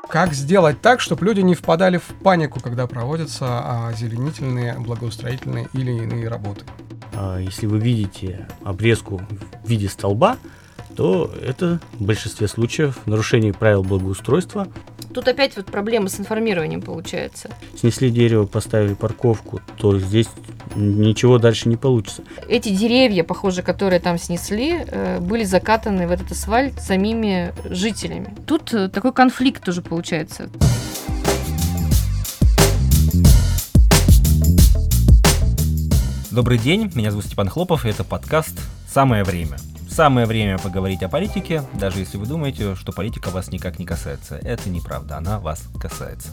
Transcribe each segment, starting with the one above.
Как сделать так, чтобы люди не впадали в панику, когда проводятся озеленительные, благоустроительные или иные работы? Если вы видите обрезку в виде столба, то это в большинстве случаев нарушение правил благоустройства. Тут опять вот проблема с информированием получается. Снесли дерево, поставили парковку, то здесь ничего дальше не получится. Эти деревья, похоже, которые там снесли, были закатаны в этот асфальт самими жителями. Тут такой конфликт тоже получается. Добрый день, меня зовут Степан Хлопов, и это подкаст «Самое время». Самое время поговорить о политике, даже если вы думаете, что политика вас никак не касается. Это неправда, она вас касается.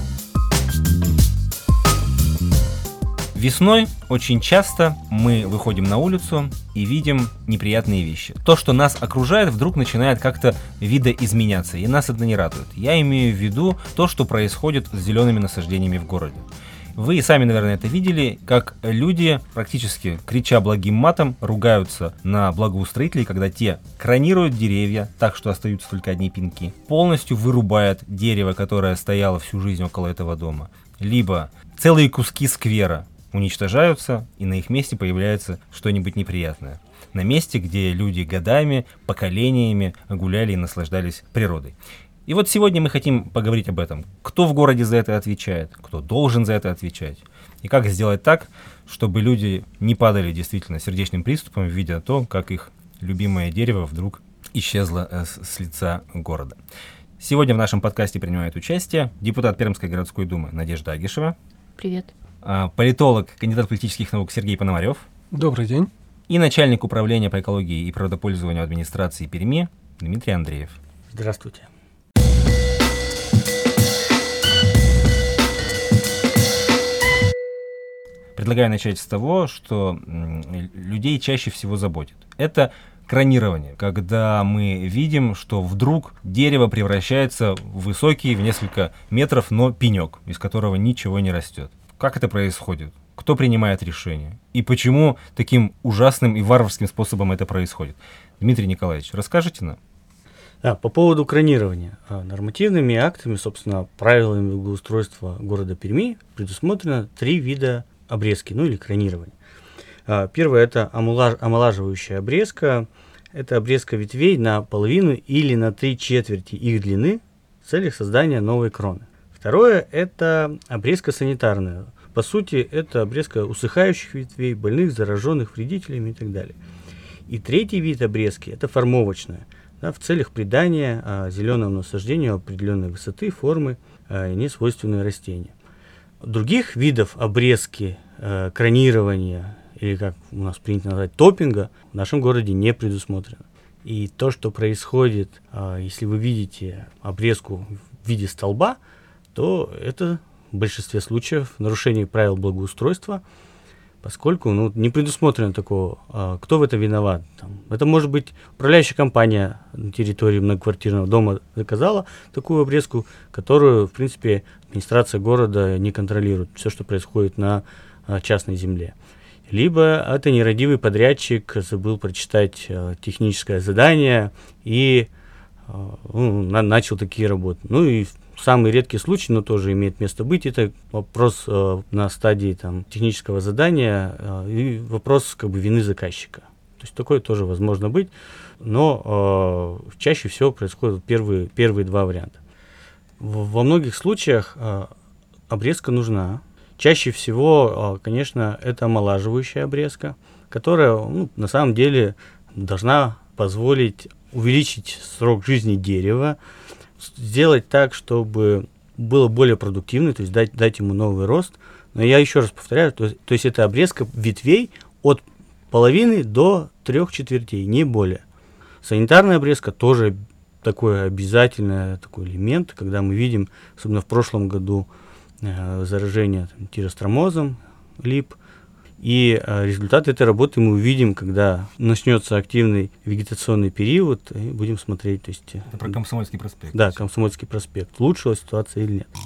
Весной очень часто мы выходим на улицу и видим неприятные вещи. То, что нас окружает, вдруг начинает как-то видоизменяться, и нас это не радует. Я имею в виду то, что происходит с зелеными насаждениями в городе. Вы сами, наверное, это видели, как люди, практически крича благим матом, ругаются на благоустроителей, когда те кранируют деревья, так что остаются только одни пеньки, полностью вырубают дерево, которое стояло всю жизнь около этого дома, либо целые куски сквера уничтожаются, и на их месте появляется что-нибудь неприятное. На месте, где люди годами, поколениями гуляли и наслаждались природой. И вот сегодня мы хотим поговорить об этом. Кто в городе за это отвечает, кто должен за это отвечать. И как сделать так, чтобы люди не падали действительно сердечным приступом, видя то, как их любимое дерево вдруг исчезло с лица города. Сегодня в нашем подкасте принимает участие депутат Пермской городской думы Надежда Агишева. Привет. Политолог, кандидат политических наук Сергей Пономарев. Добрый день. И начальник управления по экологии и природопользованию администрации Перми Дмитрий Андреев. Здравствуйте. Предлагаю начать с того, что людей чаще всего заботит. Это кронирование, когда мы видим, что вдруг дерево превращается в высокий, в несколько метров, но пенек, из которого ничего не растет. Как это происходит? Кто принимает решение? И почему таким ужасным и варварским способом это происходит? Дмитрий Николаевич, расскажите нам. По поводу кронирования. Нормативными актами, собственно, правилами благоустройства города Перми предусмотрено 3 вида обрезки, или кронирования. Первое – это омолаживающая обрезка. Это обрезка ветвей на половину или на 3/4 их длины в целях создания новой кроны. Второе – это обрезка санитарная. По сути, это обрезка усыхающих ветвей, больных, зараженных, вредителями и так далее. И третий вид обрезки – это формовочная, в целях придания зеленому насаждению определенной высоты, формы, несвойственные растения. Других видов обрезки, кронирования, или как у нас принято назвать, топпинга, в нашем городе не предусмотрено. И то, что происходит, если вы видите обрезку в виде столба, то это в большинстве случаев нарушение правил благоустройства, поскольку не предусмотрено такого. Кто в этом виноват? Это может быть управляющая компания на территории многоквартирного дома заказала такую обрезку, которую, в принципе, администрация города не контролирует, все, что происходит на частной земле. Либо это нерадивый подрядчик забыл прочитать техническое задание и начал такие работы. И самый редкий случай, но тоже имеет место быть, это вопрос на стадии технического задания и вопрос вины заказчика. То есть такое тоже возможно быть, но чаще всего происходят первые 2 варианта. Во многих случаях обрезка нужна. Чаще всего, конечно, это омолаживающая обрезка, которая на самом деле должна позволить увеличить срок жизни дерева, сделать так, чтобы было более продуктивно, то есть дать ему новый рост. Но я еще раз повторяю, то есть это обрезка ветвей от половины до 3/4, не более. Санитарная обрезка тоже такой обязательный такой элемент, когда мы видим, особенно в прошлом году, заражение тиростромозом лип. И результат этой работы мы увидим, когда начнется активный вегетационный период, и будем смотреть. То есть, это про Комсомольский проспект. Да, Комсомольский проспект. Улучшилась ситуация или нет?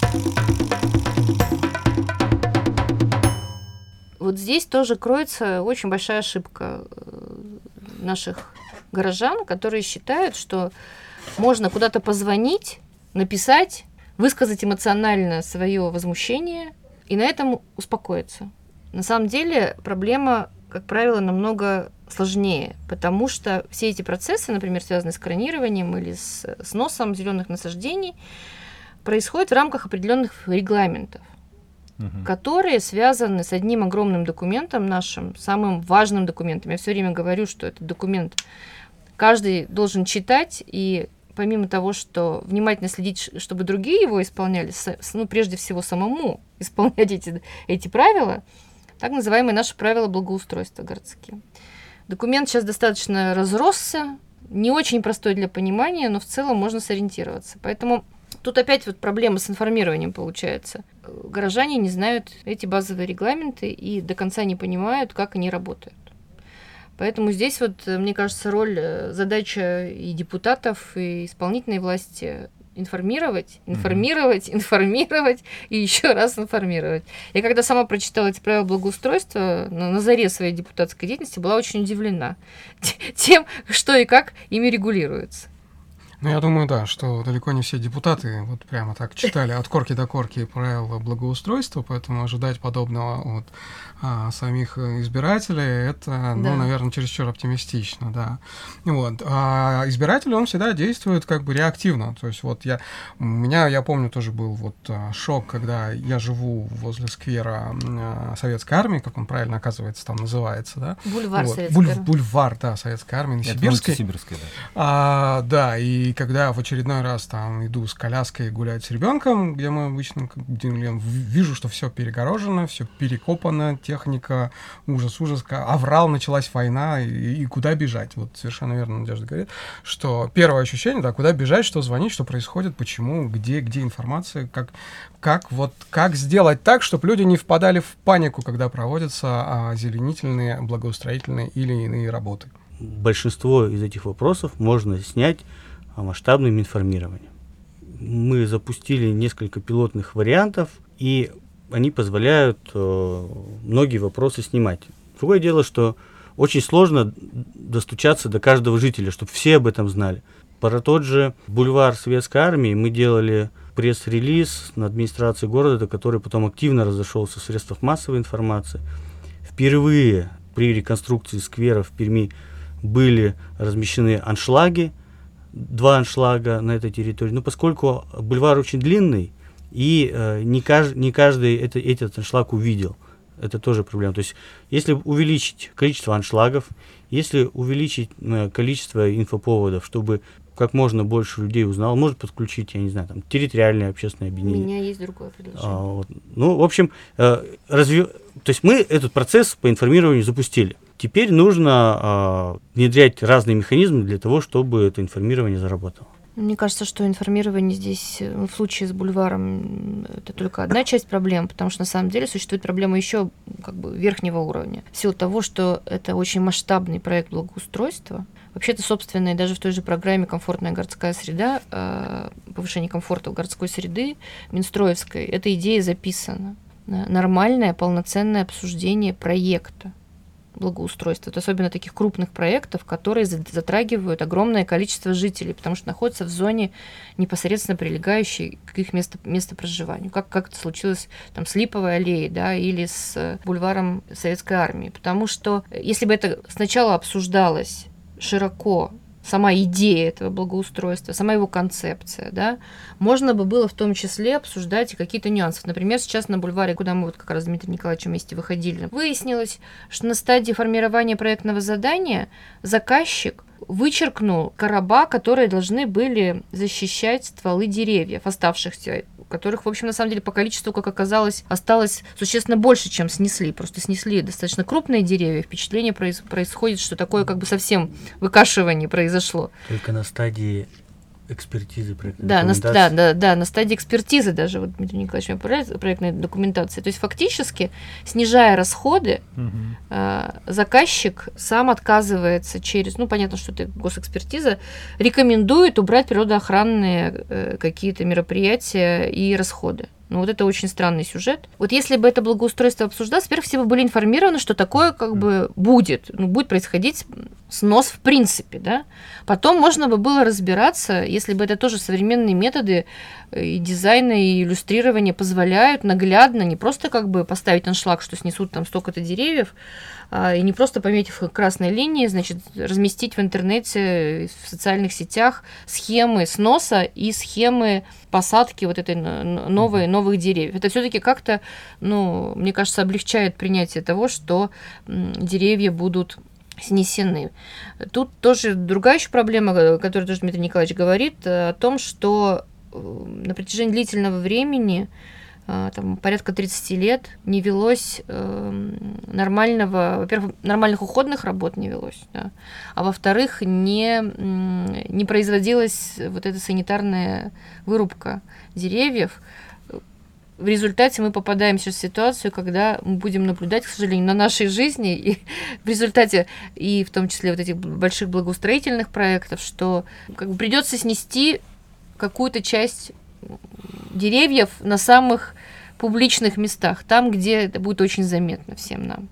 Вот здесь тоже кроется очень большая ошибка наших горожан, которые считают, что можно куда-то позвонить, написать, высказать эмоционально свое возмущение и на этом успокоиться. На самом деле проблема, как правило, намного сложнее, потому что все эти процессы, например, связанные с кронированием или с сносом зеленых насаждений, происходят в рамках определенных регламентов, которые связаны с одним огромным документом нашим, самым важным документом. Я все время говорю, что этот документ каждый должен читать, и помимо того, что внимательно следить, чтобы другие его исполняли, прежде всего самому исполнять эти правила, так называемые наши правила благоустройства городские. Документ сейчас достаточно разросся, не очень простой для понимания, но в целом можно сориентироваться. Поэтому тут опять вот проблема с информированием получается. Горожане не знают эти базовые регламенты и до конца не понимают, как они работают. Поэтому здесь вот, мне кажется, задача и депутатов, и исполнительной власти информировать и еще раз информировать. Я когда сама прочитала эти правила благоустройства на заре своей депутатской деятельности, была очень удивлена тем, что и как ими регулируется. Ну, я думаю, да, что далеко не все депутаты вот прямо так читали от корки до корки правила благоустройства, поэтому ожидать подобного от самих избирателей, это, ну, наверное, чересчур оптимистично, да. Вот. А избиратель, он всегда действует как бы реактивно, то есть вот я помню, тоже был вот шок, когда я живу возле сквера Советской Армии, как он правильно, оказывается, там называется, да? Бульвар вот. Советской Армии. Бульвар, да, Советской Армии, на Сибирской. Да. Да, и когда в очередной раз там иду с коляской гулять с ребенком, где мы обычно вижу, что все перегорожено, все перекопано, техника, ужас, аврал, началась война, и куда бежать? Вот совершенно верно Надежда говорит, что первое ощущение, да, куда бежать, что звонить, что происходит, почему, где информация, как сделать так, чтобы люди не впадали в панику, когда проводятся озеленительные, благоустроительные или иные работы. Большинство из этих вопросов можно снять масштабным информированием. Мы запустили несколько пилотных вариантов, и они позволяют многие вопросы снимать. Другое дело, что очень сложно достучаться до каждого жителя, чтобы все об этом знали. Про тот же бульвар Советской Армии мы делали пресс-релиз на администрации города, который потом активно разошелся в средствах массовой информации. Впервые при реконструкции сквера в Перми были размещены аншлаги, 2 аншлага на этой территории. Но поскольку бульвар очень длинный, и не каждый этот аншлаг увидел. Это тоже проблема. То есть, если увеличить количество аншлагов, если увеличить количество инфоповодов, чтобы как можно больше людей узнало, может подключить, я не знаю, там, территориальное общественное объединение. У меня есть другое предложение. Ну, в общем, то есть мы этот процесс по информированию запустили. Теперь нужно внедрять разные механизмы для того, чтобы это информирование заработало. Мне кажется, что информирование здесь, в случае с бульваром, это только одна часть проблем, потому что на самом деле существует проблема еще как бы верхнего уровня. В силу того, что это очень масштабный проект благоустройства. Вообще-то, собственно, и даже в той же программе «Комфортная городская среда», повышение комфорта городской среды Минстроевской, эта идея записана. Нормальное, полноценное обсуждение проекта благоустройства. Это особенно таких крупных проектов, которые затрагивают огромное количество жителей, потому что находятся в зоне, непосредственно прилегающей к их месту проживания. Как это случилось там, с Липовой аллеей, да, или с бульваром Советской Армии. Потому что если бы это сначала обсуждалось широко, сама идея этого благоустройства, сама его концепция, да, можно бы было в том числе обсуждать и какие-то нюансы. Например, сейчас на бульваре, куда мы вот как раз с Дмитрием Николаевичем вместе выходили, выяснилось, что на стадии формирования проектного задания заказчик вычеркнул короба, которые должны были защищать стволы деревьев, оставшихся, которых, в общем, на самом деле, по количеству, как оказалось, осталось существенно больше, чем снесли. Просто снесли достаточно крупные деревья. Впечатление происходит, что такое как бы совсем выкашивание произошло. Только на стадии экспертизы проектной документации. Да, на стадии экспертизы даже, вот Дмитрий Николаевич, проектной документации. То есть фактически, снижая расходы, заказчик сам отказывается через, понятно, что это госэкспертиза, рекомендует убрать природоохранные какие-то мероприятия и расходы. Ну, вот это очень странный сюжет. Вот если бы это благоустройство обсуждалось, во-первых, все бы были информированы, что такое как бы будет. Ну, будет происходить снос в принципе, да. Потом можно бы было разбираться, если бы это тоже современные методы и дизайна, и иллюстрирования позволяют наглядно, не просто как бы поставить аншлаг, что снесут там столько-то деревьев, и не просто пометив красной линией, значит, разместить в интернете, в социальных сетях схемы сноса и схемы посадки вот этой новых деревьев. Это все-таки как-то, ну, мне кажется, облегчает принятие того, что деревья будут снесены. Тут тоже другая еще проблема, о которой тоже Дмитрий Николаевич говорит, о том, что на протяжении длительного времени, там, порядка 30 лет, не велось во-первых, нормальных уходных работ не велось, да, а во-вторых, не производилась вот эта санитарная вырубка деревьев. В результате мы попадаем сейчас в ситуацию, когда мы будем наблюдать, к сожалению, на нашей жизни, и в результате, и в том числе вот этих больших благоустроительных проектов, что как бы придется снести какую-то часть деревьев на самых публичных местах, там, где это будет очень заметно всем нам.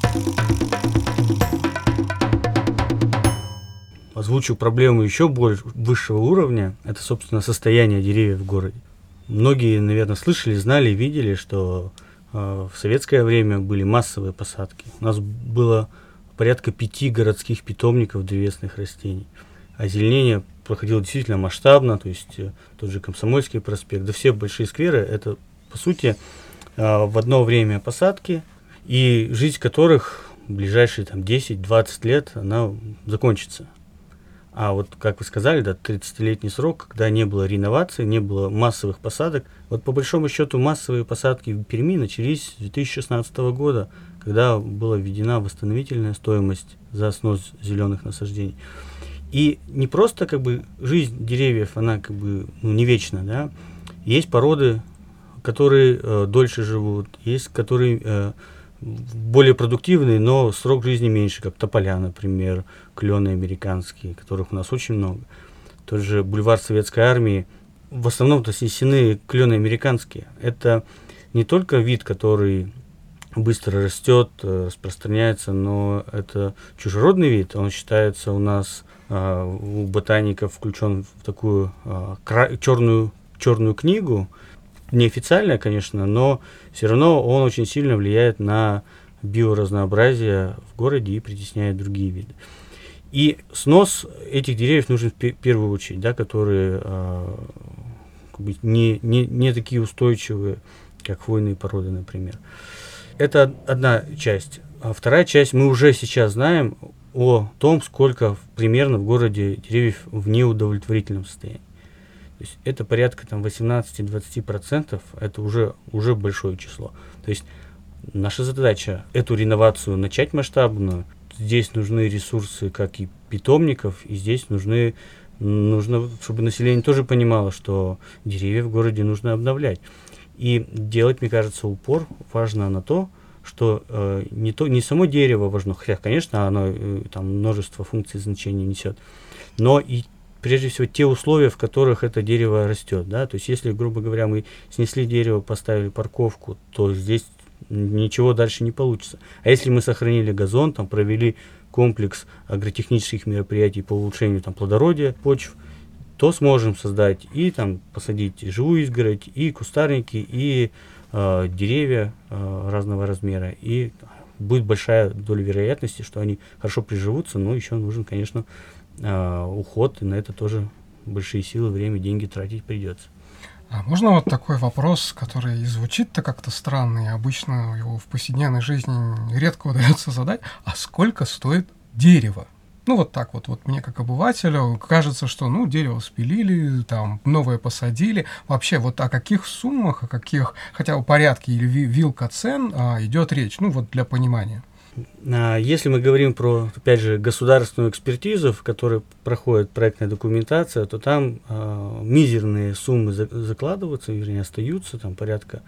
Озвучу проблему еще высшего уровня. Это, собственно, состояние деревьев в городе. Многие, наверное, слышали, знали, видели, что в советское время были массовые посадки. У нас было порядка 5 городских питомников древесных растений. Озеленение проходило действительно масштабно, то есть тот же Комсомольский проспект, да все большие скверы, это, по сути, в одно время посадки, и жизнь которых в ближайшие 10-20 лет, она закончится. А вот, как вы сказали, да, 30-летний срок, когда не было реновации, не было массовых посадок. Вот по большому счету массовые посадки в Перми начались с 2016 года, когда была введена восстановительная стоимость за снос зеленых насаждений. И не просто как бы жизнь деревьев, она как бы не вечна, да. Есть породы, которые дольше живут, есть которые более продуктивные, но срок жизни меньше, как тополя, например, клены американские, которых у нас очень много. Тот же бульвар Советской Армии, в основном-то снесены клены американские. Это не только вид, который быстро растет, распространяется, но это чужеродный вид, он считается у нас у ботаников включен в такую черную книгу, неофициальная, конечно, но все равно он очень сильно влияет на биоразнообразие в городе и притесняет другие виды. И снос этих деревьев нужен в первую очередь, да, которые не такие устойчивые, как хвойные породы, например. Это одна часть. А вторая часть, мы уже сейчас знаем о том, сколько примерно в городе деревьев в неудовлетворительном состоянии. То есть это порядка 18-20%, это уже большое число. То есть наша задача эту реновацию начать масштабную. Здесь нужны ресурсы, как и питомников, и здесь нужно, чтобы население тоже понимало, что деревья в городе нужно обновлять. И делать, мне кажется, упор важно на то, что не само дерево важно, хотя, конечно, оно там множество функций и значений несет, но и прежде всего те условия, в которых это дерево растет, да, то есть если, грубо говоря, мы снесли дерево, поставили парковку, то здесь ничего дальше не получится. А если мы сохранили газон, там провели комплекс агротехнических мероприятий по улучшению плодородия почв, то сможем создать и посадить живую изгородь, и кустарники, и деревья разного размера, и будет большая доля вероятности, что они хорошо приживутся, но еще нужен, конечно, уход, и на это тоже большие силы, время, деньги тратить придется. А можно вот такой вопрос, который и звучит-то как-то странно, и обычно его в повседневной жизни редко удается задать, а сколько стоит дерево? Ну, вот так вот мне как обывателю кажется, что, дерево спилили, новое посадили. Вообще, вот о каких суммах, о каких хотя бы порядке или вилка цен идет речь? Для понимания. Если мы говорим про, опять же, государственную экспертизу, в которой проходит проектная документация, то там мизерные суммы закладываются, вернее, остаются, порядка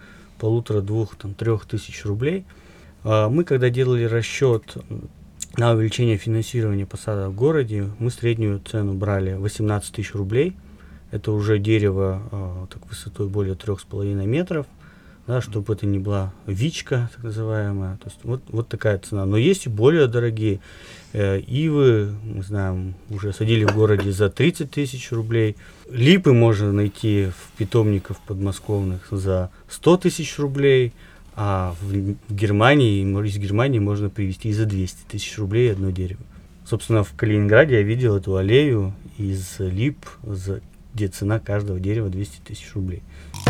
1,5-2-3 тысяч рублей. Мы, когда делали расчет на увеличение финансирования посадок в городе, мы среднюю цену брали 18 тысяч рублей. Это уже дерево высотой более 3,5 метров. да, чтобы это не была вичка, так называемая. То есть вот такая цена. Но есть и более дорогие. Ивы, мы знаем, уже садили в городе за 30 тысяч рублей. Липы можно найти в питомниках подмосковных за 100 тысяч рублей. А из Германии можно привезти и за 200 тысяч рублей одно дерево. Собственно, в Калининграде я видел эту аллею из лип, где цена каждого дерева 200 тысяч рублей.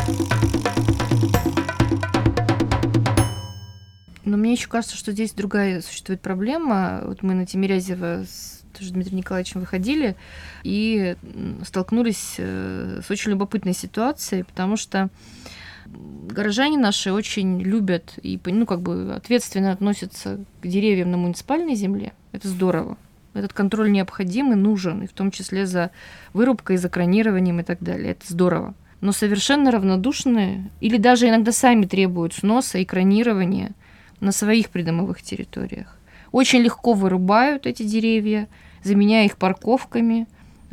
Но мне еще кажется, что здесь другая существует проблема. Вот мы на Тимирязево с тоже Дмитрием Николаевичем выходили и столкнулись с очень любопытной ситуацией, потому что горожане наши очень любят и ответственно относятся к деревьям на муниципальной земле. Это здорово. Этот контроль необходим и нужен, и в том числе за вырубкой, за кронированием и так далее. Это здорово. Но совершенно равнодушны или даже иногда сами требуют сноса и кронирования на своих придомовых территориях. Очень легко вырубают эти деревья, заменяя их парковками,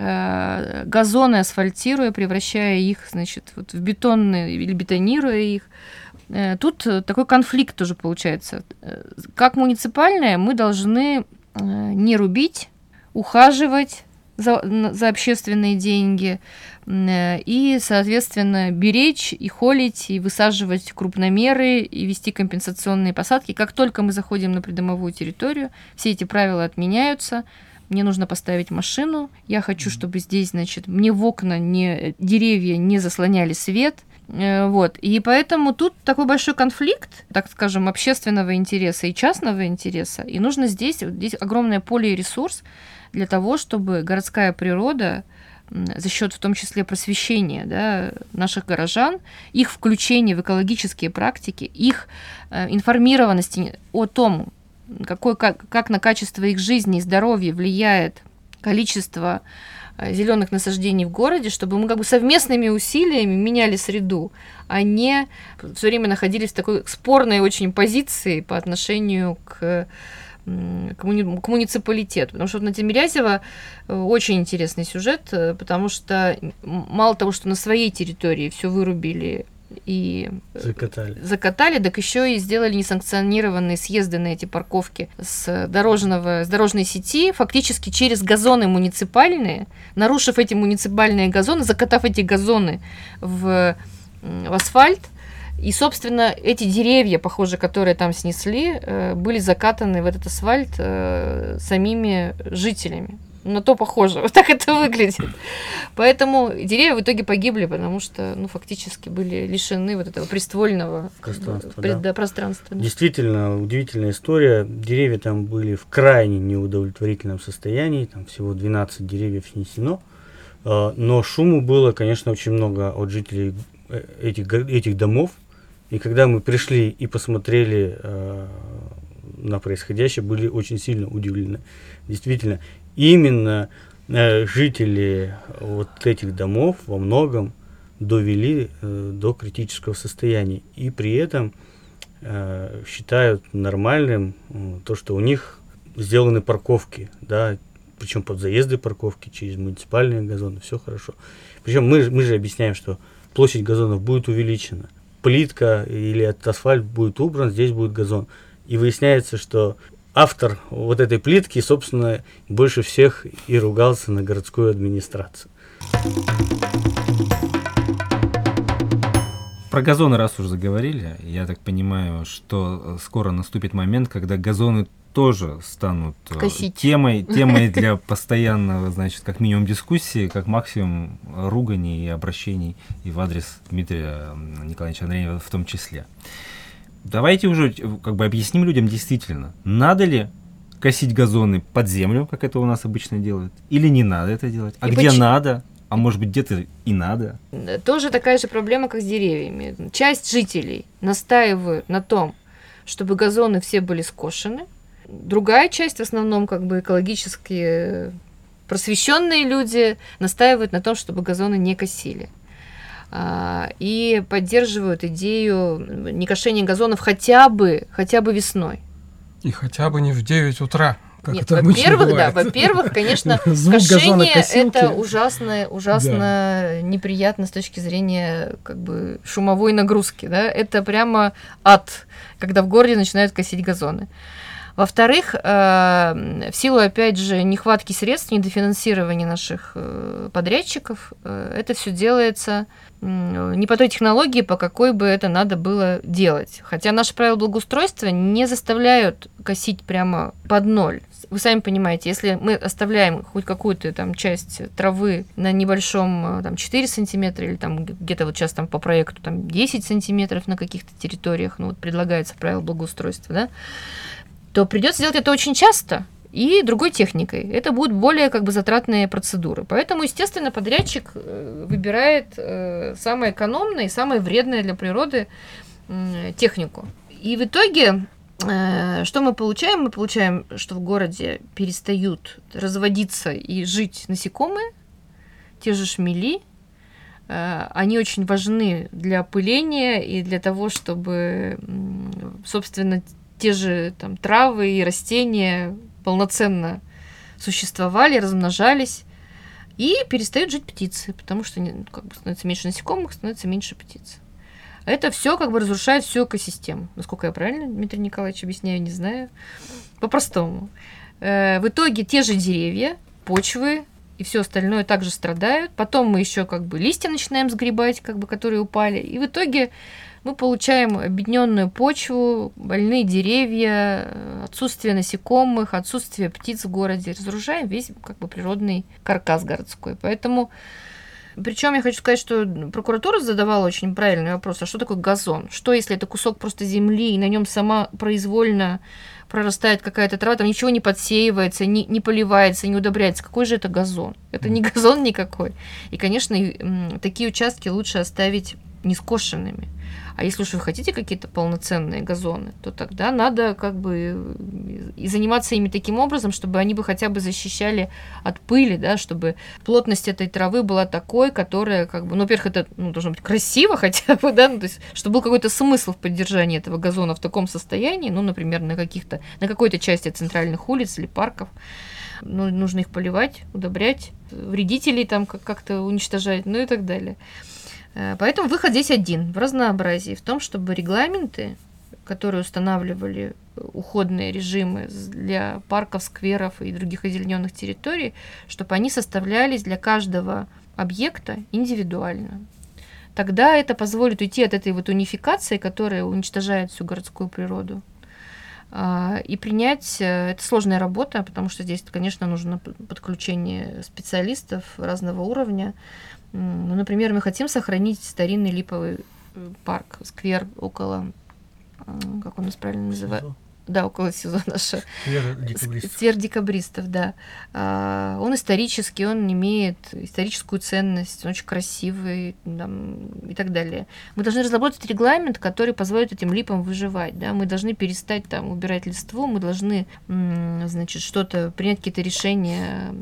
газоны асфальтируя, превращая их, в бетонные или бетонируя их. Тут такой конфликт тоже получается. Как муниципальное мы должны не рубить, ухаживать за общественные деньги и, соответственно, беречь и холить, и высаживать крупномеры, и вести компенсационные посадки. Как только мы заходим на придомовую территорию, все эти правила отменяются. Мне нужно поставить машину, я хочу, чтобы здесь, мне в окна деревья не заслоняли свет. И поэтому тут такой большой конфликт, так скажем, общественного интереса и частного интереса. И нужно здесь огромное поле и ресурс для того, чтобы городская природа за счет в том числе просвещения наших горожан, их включения в экологические практики, их информированности о том, как на качество их жизни и здоровья влияет количество зеленых насаждений в городе, чтобы мы совместными усилиями меняли среду, а не все время находились в такой спорной очень позиции по отношению к муниципалитету. Потому что на Тимирязево очень интересный сюжет, потому что мало того, что на своей территории все вырубили и закатали, так еще и сделали несанкционированные съезды на эти парковки с дорожной сети, фактически через газоны муниципальные, нарушив эти муниципальные газоны, закатав эти газоны в асфальт. И, собственно, эти деревья, похоже, которые там снесли, были закатаны в этот асфальт самими жителями. На то похоже, вот так это выглядит. Поэтому деревья в итоге погибли, потому что, фактически были лишены вот этого приствольного пространства. Действительно, удивительная история. Деревья там были в крайне неудовлетворительном состоянии, там всего 12 деревьев снесено, но шуму было, конечно, очень много от жителей этих домов. И когда мы пришли и посмотрели на происходящее, были очень сильно удивлены. Действительно, именно жители вот этих домов во многом довели до критического состояния. И при этом считают нормальным то, что у них сделаны парковки, причем под заезды парковки через муниципальные газоны, все хорошо. Причем мы же объясняем, что площадь газонов будет увеличена, плитка или асфальт будет убран, здесь будет газон. И выясняется, что автор вот этой плитки, собственно, больше всех и ругался на городскую администрацию. Про газоны раз уж заговорили, я так понимаю, что скоро наступит момент, когда газоны тоже станут темой для постоянного, как минимум дискуссии, как максимум руганий и обращений и в адрес Дмитрия Николаевича Андреева в том числе. Давайте уже объясним людям действительно, надо ли косить газоны под землю, как это у нас обычно делают, или не надо это делать, где надо, а может быть где-то и надо. Тоже такая же проблема, как с деревьями. Часть жителей настаивают на том, чтобы газоны все были скошены. Другая часть, в основном экологически просвещенные люди, настаивают на том, чтобы газоны не косили. И поддерживают идею некошения газонов хотя бы весной. И хотя бы не в 9 утра, как Нет, это обычно бывает. во-первых, конечно, Звук кошение газонокосилки. это ужасно неприятно с точки зрения как бы шумовой нагрузки, да, это прямо ад, когда в городе начинают косить газоны. Во-вторых, в силу, опять же, нехватки средств, недофинансирования наших подрядчиков, это все делается не по той технологии, по какой бы это надо было делать. Хотя наши правила благоустройства не заставляют косить прямо под ноль. Вы сами понимаете, если мы оставляем хоть какую-то там часть травы на небольшом там, 4 сантиметра или там где-то вот сейчас там по проекту там 10 сантиметров на каких-то территориях, ну вот предлагается правило благоустройства, да, то придется делать это очень часто и другой техникой. Это будут более как бы затратные процедуры. Поэтому, естественно, подрядчик выбирает самое экономное и самое вредное для природы технику. И в итоге, что мы получаем? Мы получаем, что в городе перестают разводиться и жить насекомые, те же шмели. Они очень важны для опыления и для того, чтобы, собственно, те же там травы и растения полноценно существовали, размножались, и перестают жить птицы, потому что как бы становится меньше насекомых, становится меньше птиц. Это все как бы разрушает всю экосистему. Насколько я правильно, Дмитрий Николаевич, объясняю, не знаю. По-простому. В итоге те же деревья, почвы и все остальное также страдают. Потом мы еще как бы листья начинаем сгребать, как бы, которые упали. И в итоге мы получаем обедненную почву, больные деревья, отсутствие насекомых, отсутствие птиц в городе. Разрушаем весь как бы природный каркас городской. Поэтому, причем я хочу сказать, что прокуратура задавала очень правильный вопрос: а что такое газон? Что, если это кусок просто земли, и на нем сама произвольно прорастает какая-то трава, там ничего не подсеивается, не поливается, не удобряется? Какой же это газон? Это не газон никакой. И, конечно, такие участки лучше оставить нескошенными. А если уж вы хотите какие-то полноценные газоны, то тогда надо как бы и заниматься ими таким образом, чтобы они бы хотя бы защищали от пыли, да, чтобы плотность этой травы была такой, которая как бы, ну, во-первых, это должно быть красиво хотя бы, да, то есть, чтобы был какой-то смысл в поддержании этого газона в таком состоянии, ну, например, на какой-то части центральных улиц или парков. Ну, нужно их поливать, удобрять, вредителей там как-то уничтожать, ну и так далее. Поэтому выход здесь один, в разнообразии, в том, чтобы регламенты, которые устанавливали уходные режимы для парков, скверов и других озелененных территорий, чтобы они составлялись для каждого объекта индивидуально. Тогда это позволит уйти от этой вот унификации, которая уничтожает всю городскую природу, и принять, это сложная работа, потому что здесь, конечно, нужно подключение специалистов разного уровня. Ну, например, мы хотим сохранить старинный липовый парк, сквер около, как он нас правильно называет? Да, около СИЗО наша. Сквер декабристов, да. Он исторический, он имеет историческую ценность, он очень красивый там, и так далее. Мы должны разработать регламент, который позволит этим липам выживать. Да? Мы должны перестать там убирать листву, мы должны, значит, что-то принять, какие-то решения,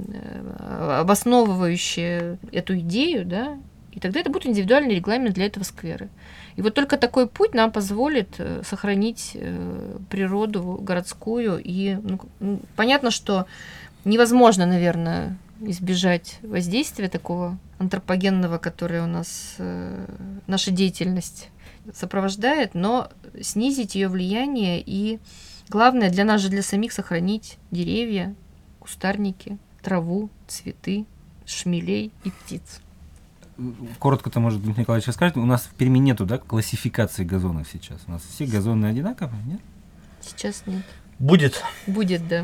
обосновывающие эту идею, да? И тогда это будет индивидуальный регламент для этого сквера. И вот только такой путь нам позволит сохранить природу городскую. И понятно, что невозможно, наверное, избежать воздействия такого антропогенного, которое у нас наша деятельность сопровождает, но снизить ее влияние и, главное, для нас же, для самих, сохранить деревья, кустарники, траву, цветы, шмелей и птиц. Коротко-то, может, Дмитрий Николаевич скажет, у нас в Перми нету, да, классификации газонов сейчас? У нас все газоны одинаковые, нет? Сейчас нет. Будет. Будет, да.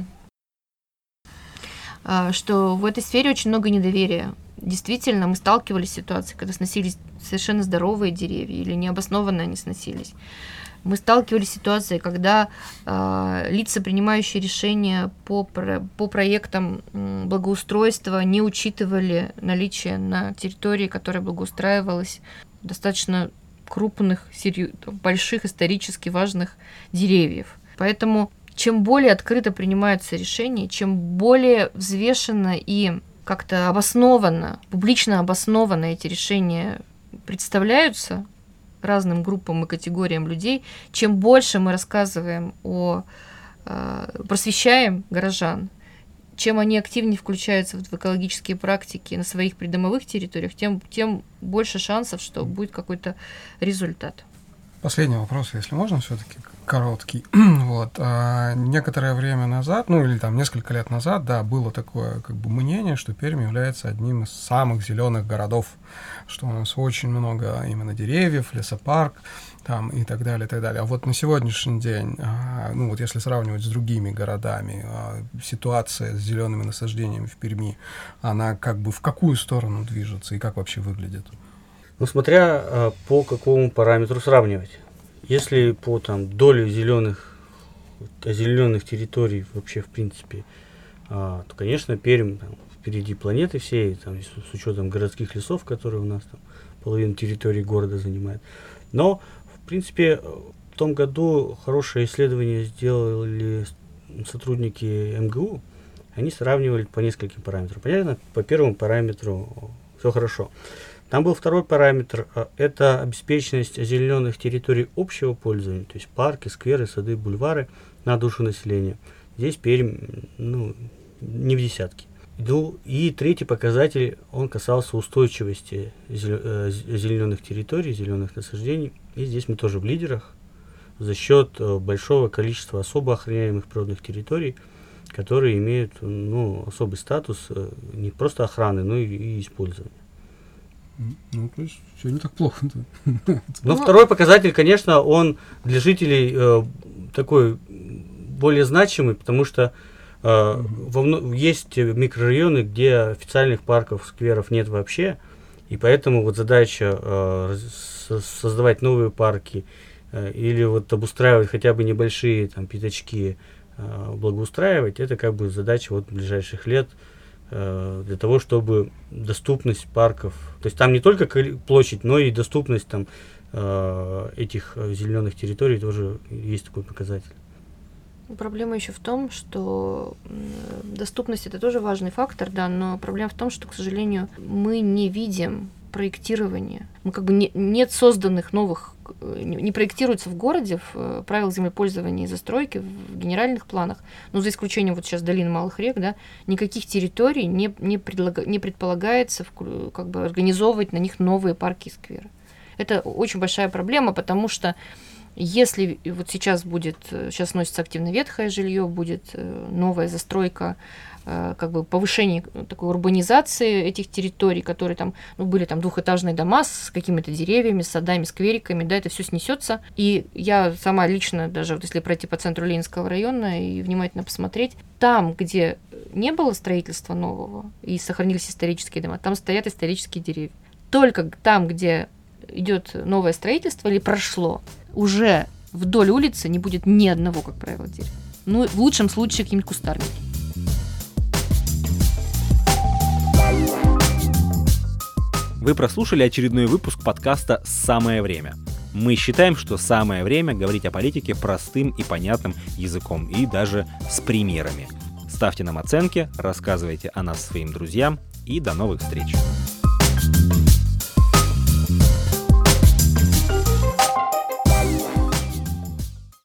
Что в этой сфере очень много недоверия. Действительно, мы сталкивались с ситуацией, когда сносились совершенно здоровые деревья или необоснованно они сносились. Мы сталкивались с ситуацией, когда лица, принимающие решения по проектам благоустройства, не учитывали наличие на территории, которая благоустраивалась, достаточно крупных, больших, исторически важных деревьев. Поэтому чем более открыто принимаются решения, чем более взвешенно и как-то обоснованно, публично обоснованно эти решения представляются разным группам и категориям людей, чем больше мы рассказываем о просвещаем горожан, чем они активнее включаются в экологические практики на своих придомовых территориях, тем больше шансов, что будет какой-то результат. Последний вопрос, если можно, все-таки короткий. Вот. Некоторое время назад, или там несколько лет назад, да, было такое мнение, что Пермь является одним из самых зеленых городов, что у нас очень много именно деревьев, лесопарк там, и так далее, и так далее. А вот на сегодняшний день, если сравнивать с другими городами, ситуация с зелеными насаждениями в Перми, она в какую сторону движется и как вообще выглядит? Смотря по какому параметру сравнивать. Если по доле зеленых территорий вообще в принципе, то, конечно, Пермь впереди планеты всей, с учетом городских лесов, которые у нас половину территории города занимают. Но, в принципе, в том году хорошее исследование сделали сотрудники МГУ. Они сравнивали по нескольким параметрам. Понятно, по первому параметру все хорошо. Там был второй параметр, это обеспеченность озелененных территорий общего пользования, то есть парки, скверы, сады, бульвары на душу населения. Здесь Пермь, не в десятке. И третий показатель, он касался устойчивости озелененных территорий, зеленых насаждений. И здесь мы тоже в лидерах за счет большого количества особо охраняемых природных территорий, которые имеют особый статус не просто охраны, но и использования. То есть все не так плохо. Но второй показатель, конечно, он для жителей такой более значимый, потому что есть микрорайоны, где официальных парков, скверов нет вообще, и поэтому задача создавать новые парки или обустраивать хотя бы небольшие пятачки, благоустраивать, это задача ближайших лет, для того, чтобы доступность парков, то есть там не только площадь, но и доступность этих зеленых территорий тоже есть такой показатель. Проблема еще в том, что доступность — это тоже важный фактор, да, но проблема в том, что, к сожалению, мы не видим проектирования. Мы нет созданных новых, не проектируется в городе в правилах землепользования и застройки, в генеральных планах, за исключением сейчас долин малых рек, да, никаких территорий не предполагается организовывать на них новые парки и скверы. Это очень большая проблема, потому что если сейчас сносится активно ветхое жилье, будет новая застройка, повышение такой урбанизации этих территорий, которые были двухэтажные дома с какими-то деревьями, с садами, сквериками, да, это все снесется. И я сама лично, даже если пройти по центру Ленинского района и внимательно посмотреть, там, где не было строительства нового и сохранились исторические дома, там стоят исторические деревья. Только там, где идет новое строительство или прошло, уже вдоль улицы не будет ни одного, как правило, дерева. В лучшем случае какие-нибудь кустарники. Вы прослушали очередной выпуск подкаста «Самое время». Мы считаем, что самое время говорить о политике простым и понятным языком и даже с примерами. Ставьте нам оценки, рассказывайте о нас своим друзьям и до новых встреч.